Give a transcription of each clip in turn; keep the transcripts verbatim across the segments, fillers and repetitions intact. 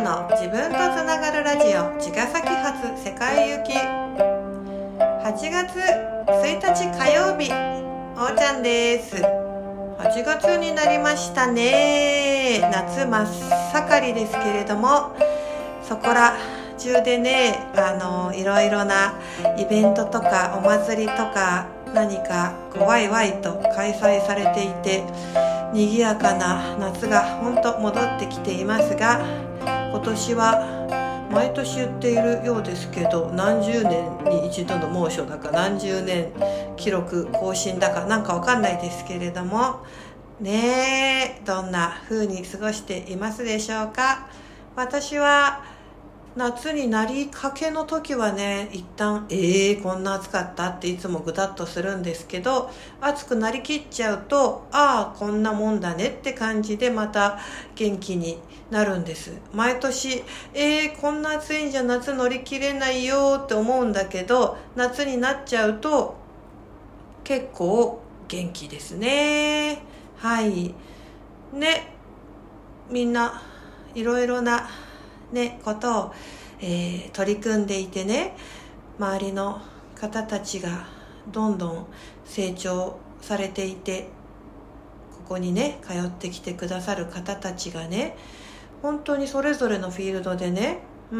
の自分とつながるラジオ、茅ヶ崎発世界行き。はちがつついたち火曜日、おーちゃんです。はちがつになりましたね。夏真っ盛りですけれども、そこら中でね、あのいろいろなイベントとかお祭りとか何かこうワイワイと開催されていて、賑やかな夏が本当戻ってきていますが、今年は毎年言っているようですけど、何十年に一度の猛暑だか何十年記録更新だかなんかわかんないですけれどもねえ、どんな風に過ごしていますでしょうか。私は夏になりかけの時はね、一旦えーこんな暑かったっていつもぐたっとするんですけど、暑くなりきっちゃうと、ああこんなもんだねって感じでまた元気になるんです。毎年えーこんな暑いんじゃ夏乗り切れないよって思うんだけど、夏になっちゃうと結構元気ですね。はいね、みんないろいろなね、ことを、えー、取り組んでいてね、周りの方たちがどんどん成長されていて、ここにね通ってきてくださる方たちがね、本当にそれぞれのフィールドでね、うん、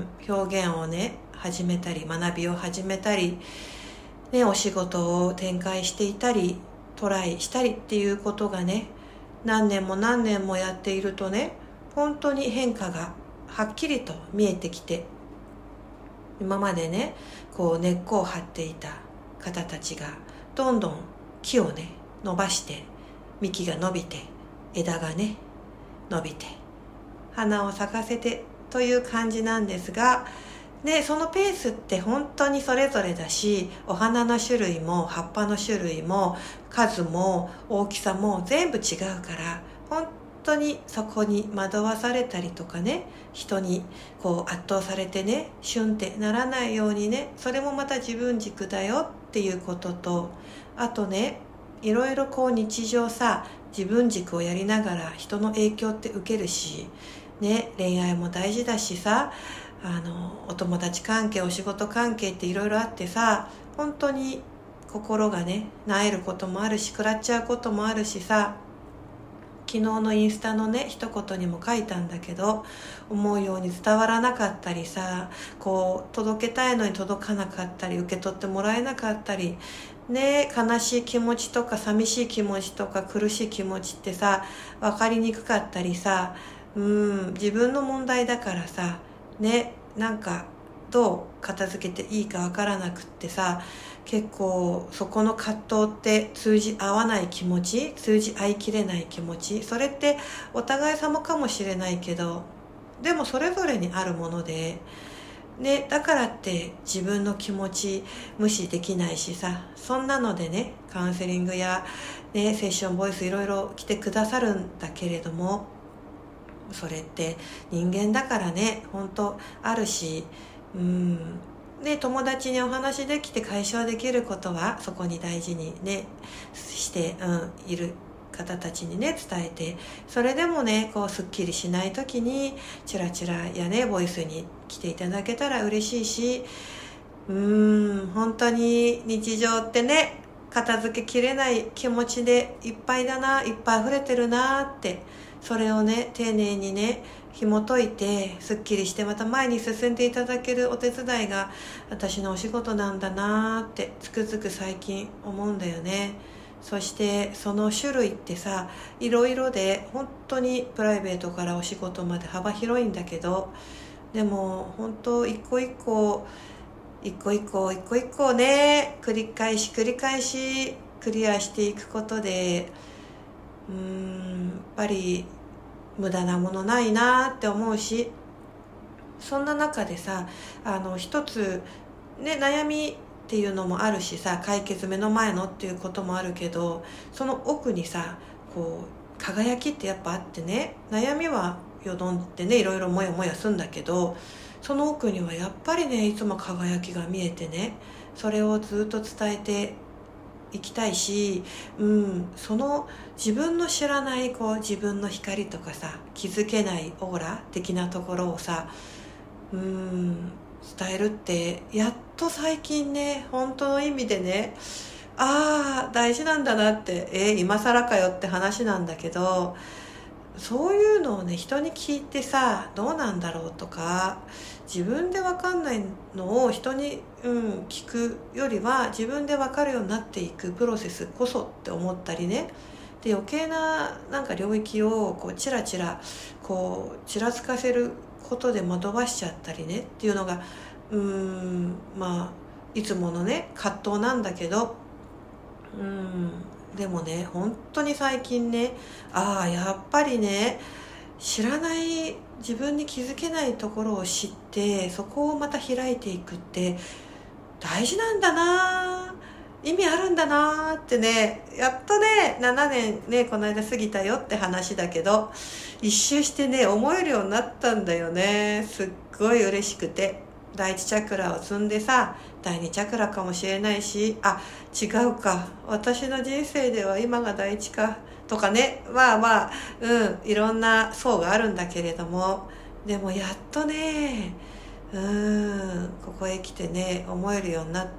表現をね始めたり、学びを始めたり、ね、お仕事を展開していたり、トライしたりっていうことがね、何年も何年もやっているとね、本当に変化がはっきりと見えてきて、今までねこう根っこを張っていた方たちがどんどん木をね伸ばして、幹が伸びて、枝がね伸びて、花を咲かせてという感じなんですが、でそのペースって本当にそれぞれだし、お花の種類も葉っぱの種類も数も大きさも全部違うから、本当にそこに惑わされたりとかね、人にこう圧倒されてねシュンってならないようにね、それもまた自分軸だよっていうことと、あとね、いろいろこう日常さ、自分軸をやりながら人の影響って受けるしね、恋愛も大事だしさ、あのお友達関係、お仕事関係っていろいろあってさ、本当に心がね萎えることもあるし、食らっちゃうこともあるしさ、昨日のインスタのね一言にも書いたんだけど、思うように伝わらなかったりさ、こう届けたいのに届かなかったり、受け取ってもらえなかったりね、悲しい気持ちとか寂しい気持ちとか苦しい気持ちってさ分かりにくかったりさ、うん自分の問題だからさね、なんかどう片付けていいか分からなくってさ、結構そこの葛藤って通じ合わない気持ち、通じ合いきれない気持ち、それってお互い様かもしれないけど、でもそれぞれにあるものでね、だからって自分の気持ち無視できないしさ、そんなのでねカウンセリングや、ね、セッションボイスいろいろ来てくださるんだけれども、それって人間だからね本当あるし、うんね、友達にお話できて解消できることはそこに大事にねして、うん、いる方たちにね伝えて、それでもねこうすっきりしない時にチラチラやねボイスに来ていただけたら嬉しいし、うーん本当に日常ってね片付けきれない気持ちでいっぱいだな、いっぱい溢れてるなって、それをね丁寧にね紐解いてすっきりしてまた前に進んでいただけるお手伝いが私のお仕事なんだなってつくづく最近思うんだよね。そしてその種類ってさいろいろで、本当にプライベートからお仕事まで幅広いんだけど、でも本当一個一個一個一個一個一個ね繰り返し繰り返しクリアしていくことで、うーんやっぱり無駄なものないなって思うし、そんな中でさ、あの一つね悩みっていうのもあるしさ、解決目の前のっていうこともあるけど、その奥にさこう輝きってやっぱあってね、悩みはよどんでねいろいろもやもやすんだけど、その奥にはやっぱりねいつも輝きが見えてね、それをずっと伝えて生きたいし、うん、その自分の知らないこう自分の光とかさ、気づけないオーラ的なところをさ、うん伝えるってやっと最近ね、本当の意味でね、ああ大事なんだなって、えー、今更かよって話なんだけど、そういうのをね人に聞いてさ、どうなんだろうとか、自分で分かんないのを人に、うん、聞くよりは自分で分かるようになっていくプロセスこそって思ったりね。で余計ななんか領域をこうチラチラこうちらつかせることで惑わしちゃったりねっていうのが、うーんまあいつものね葛藤なんだけど、うんでもね本当に最近ね、ああやっぱりね、知らない自分に気づけないところを知って、そこをまた開いていくって大事なんだな、意味あるんだなってね、やっとねななねんねこの間過ぎたよって話だけど、一周してね思えるようになったんだよね。すっごい嬉しくて、第一チャクラを積んでさ、第二チャクラかもしれないし、あ違うか、私の人生では今が第一かとかね、まあまあうんいろんな層があるんだけれども、でもやっとねうんここへ来てね思えるようになって、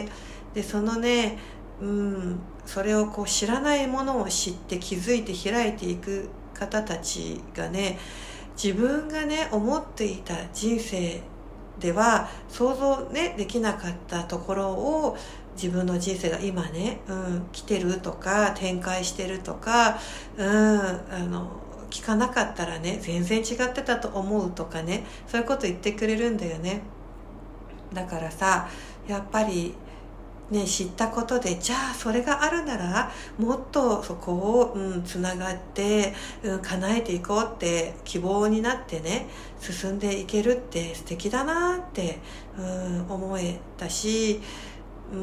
でそのねうんそれをこう知らないものを知って気づいて開いていく方たちがね、自分がね思っていた人生では想像ねできなかったところを、自分の人生が今ね、うん、来てるとか展開してるとか、うん、あの聞かなかったらね全然違ってたと思うとかね、そういうこと言ってくれるんだよね。だからさやっぱりね、知ったことで、じゃあそれがあるならもっとそこを、うん、つながって、うん、叶えていこうって希望になってね進んでいけるって素敵だなって、うん、思えたし、うん、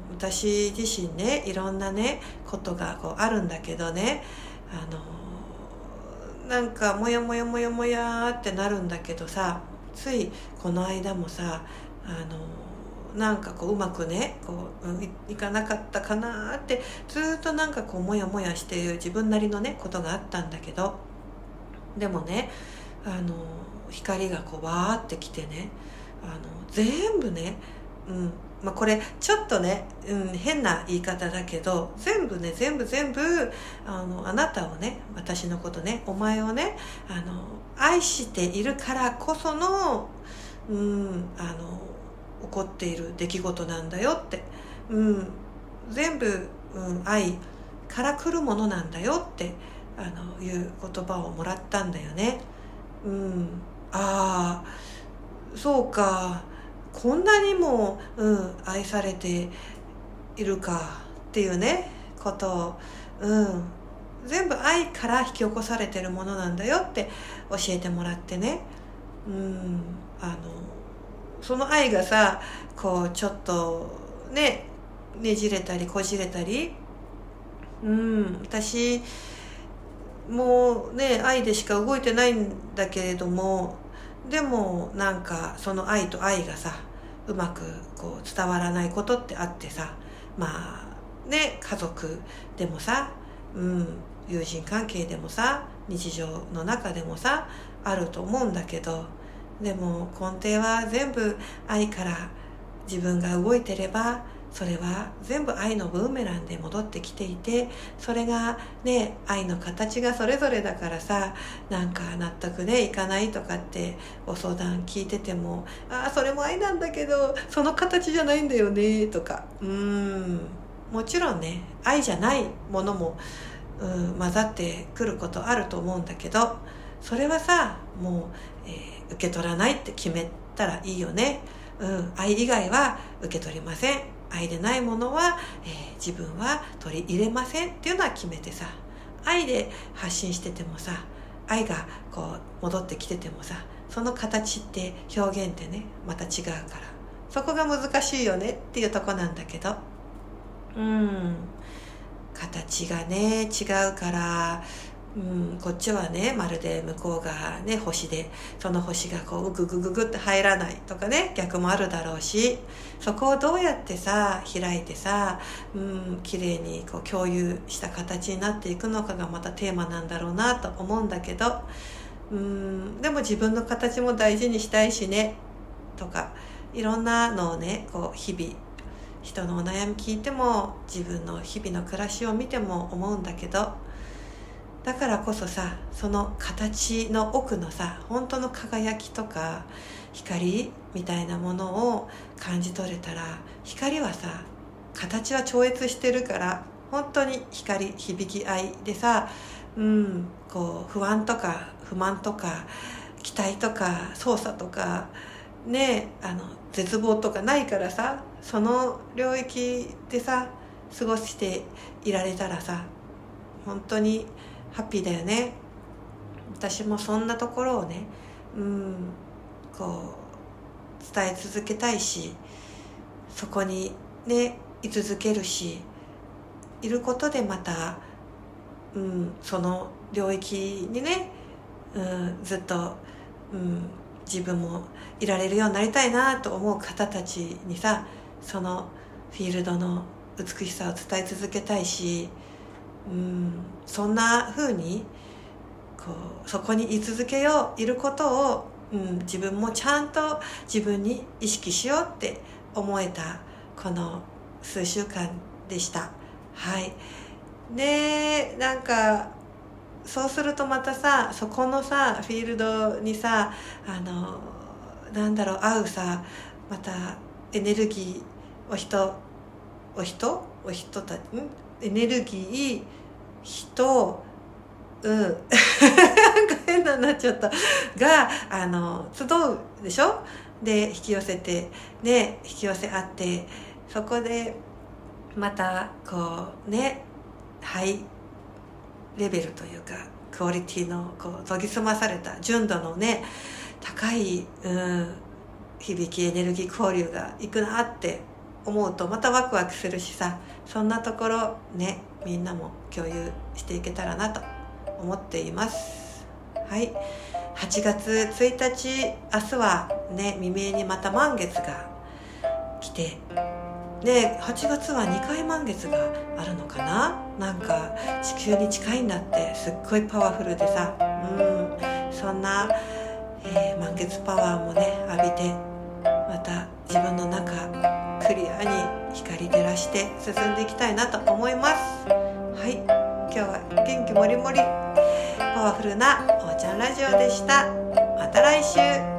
私自身ねいろんなねことがこうあるんだけどね、あのなんかモヤモヤモヤモヤってなるんだけどさ、ついこの間もさ、あのなんかこううまくねこう、うん、い, いかなかったかなってずっとなんかこうモヤモヤしている自分なりのねことがあったんだけど、でもねあの光がこうわーってきてね、あの全部ね、うんまあ、これちょっとね、うん、変な言い方だけど、全部ね全部全部あのあなたをね、私のことね、お前をねあの愛しているからこその、うん、あの起こっている出来事なんだよって、うん、全部、うん、愛から来るものなんだよってあのいう言葉をもらったんだよね。うん、ああそうか、こんなにも、うん、愛されているかっていうねことを、うん、全部愛から引き起こされてるものなんだよって教えてもらってね、うん、あのその愛がさこうちょっとねねじれたりこじれたり、うん、私もうね愛でしか動いてないんだけれども、でもなんかその愛と愛がさうまくこう伝わらないことってあってさ、まあね家族でもさ、うん、友人関係でもさ、日常の中でもさあると思うんだけど、でも根底は全部愛から自分が動いてれば、それは全部愛のブーメランで戻ってきていて、それがね愛の形がそれぞれだからさ、なんか納得ねいかないとかってご相談聞いてても、ああそれも愛なんだけどその形じゃないんだよねとか、うーんもちろんね愛じゃないものも、うん、混ざってくることあると思うんだけど、それはさもう、えー受け取らないって決めたらいいよね。うん、愛以外は受け取りません。愛でないものは、えー、自分は取り入れませんっていうのは決めてさ、愛で発信しててもさ、愛がこう戻ってきててもさ、その形って表現ってねまた違うから、そこが難しいよねっていうとこなんだけど、うん形がね違うから、 うん、こっちはねまるで向こうがね星で、その星がこうググググって入らないとかね、逆もあるだろうし、そこをどうやってさ開いてさ、うん、綺麗にこう共有した形になっていくのかがまたテーマなんだろうなと思うんだけど、うん、でも自分の形も大事にしたいしねとか、いろんなのをねこう日々人のお悩み聞いても自分の日々の暮らしを見ても思うんだけど、だからこそさ、その形の奥のさ本当の輝きとか光みたいなものを感じ取れたら、光はさ形は超越してるから、本当に光響き合いでさ、うん、こう不安とか不満とか期待とか操作とかね、あの絶望とかないからさ、その領域でさ過ごしていられたらさ本当にハッピーだよね。私もそんなところをね、うん、こう伝え続けたいし、そこにね居続けるし、いることでまた、うん、その領域にね、うん、ずっと、うん、自分もいられるようになりたいなと思う方たちにさ、そのフィールドの美しさを伝え続けたいし、うん、そんな風にこうそこに居続けよう、いることを、うん、自分もちゃんと自分に意識しようって思えたこの数週間でした。はいで、なんかそうするとまたさ、そこのさフィールドにさ、あのなんだろう合うさ、またエネルギーお人お人お人たちんエネルギー人うんなんか変なになっちゃったがあの集うでしょ。で引き寄せてね、引き寄せ合って、そこでまたこうねハイレベルというかクオリティのこう研ぎ澄まされた純度のね高い、うん、響きエネルギー交流がいくなって思うとまたワクワクするしさ、そんなところねみんなも共有していけたらなと思っています。はい、はちがつついたち、明日はね未明にまた満月が来て、ではちがつはにかい満月があるのかな、なんか地球に近いんだって、すっごいパワフルでさ、うん、そんな、えー、満月パワーもね浴びて、また自分の中クリアに光照らして進んでいきたいなと思います。はい、今日は元気もりもりパワフルなおーちゃんラジオでした。また来週。